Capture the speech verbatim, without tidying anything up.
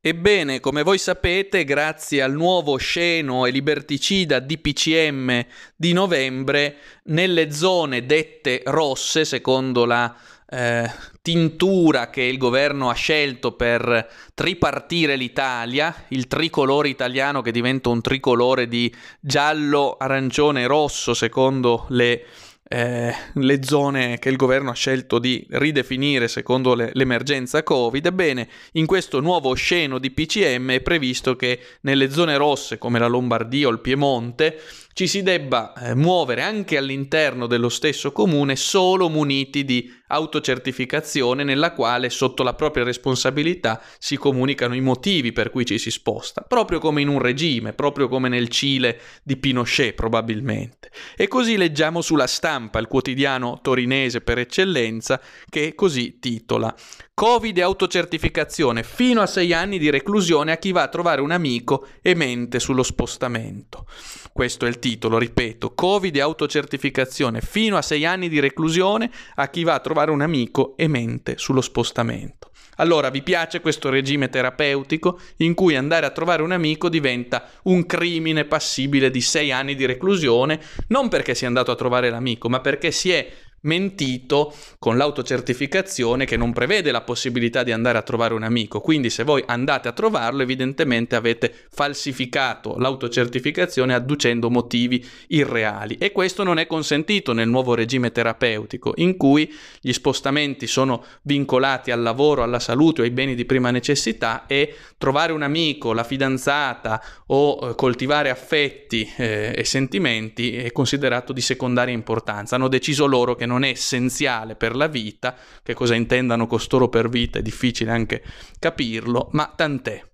Ebbene, come voi sapete, grazie al nuovo osceno e liberticida D P C M di novembre, nelle zone dette rosse, secondo la eh, tintura che il governo ha scelto per tripartire l'Italia, il tricolore italiano che diventa un tricolore di giallo, arancione e rosso, secondo le Eh, le zone che il governo ha scelto di ridefinire secondo le, l'emergenza Covid. Ebbene, in questo nuovo osceno di P C M è previsto che nelle zone rosse come la Lombardia o il Piemonte ci si debba eh, muovere anche all'interno dello stesso comune solo muniti di autocertificazione, nella quale sotto la propria responsabilità si comunicano i motivi per cui ci si sposta, proprio come in un regime, proprio come nel Cile di Pinochet probabilmente. E così leggiamo sulla Stampa, il quotidiano torinese per eccellenza, che così titola: Covid e autocertificazione, fino a sei anni di reclusione a chi va a trovare un amico e mente sullo spostamento. Questo è il titolo, ripeto: Covid e autocertificazione, fino a sei anni di reclusione a chi va a trovare un amico e mente sullo spostamento. Allora, vi piace questo regime terapeutico in cui andare a trovare un amico diventa un crimine passibile di sei anni di reclusione, non perché sia andato a trovare l'amico, ma perché si è mentito con l'autocertificazione che non prevede la possibilità di andare a trovare un amico. Quindi se voi andate a trovarlo, evidentemente avete falsificato l'autocertificazione adducendo motivi irreali, e questo non è consentito nel nuovo regime terapeutico, in cui gli spostamenti sono vincolati al lavoro, alla salute o ai beni di prima necessità, e trovare un amico, la fidanzata o eh, coltivare affetti eh, e sentimenti è considerato di secondaria importanza. Hanno deciso loro che non è essenziale per la vita. Che cosa intendano costoro per vita è difficile anche capirlo, ma tant'è.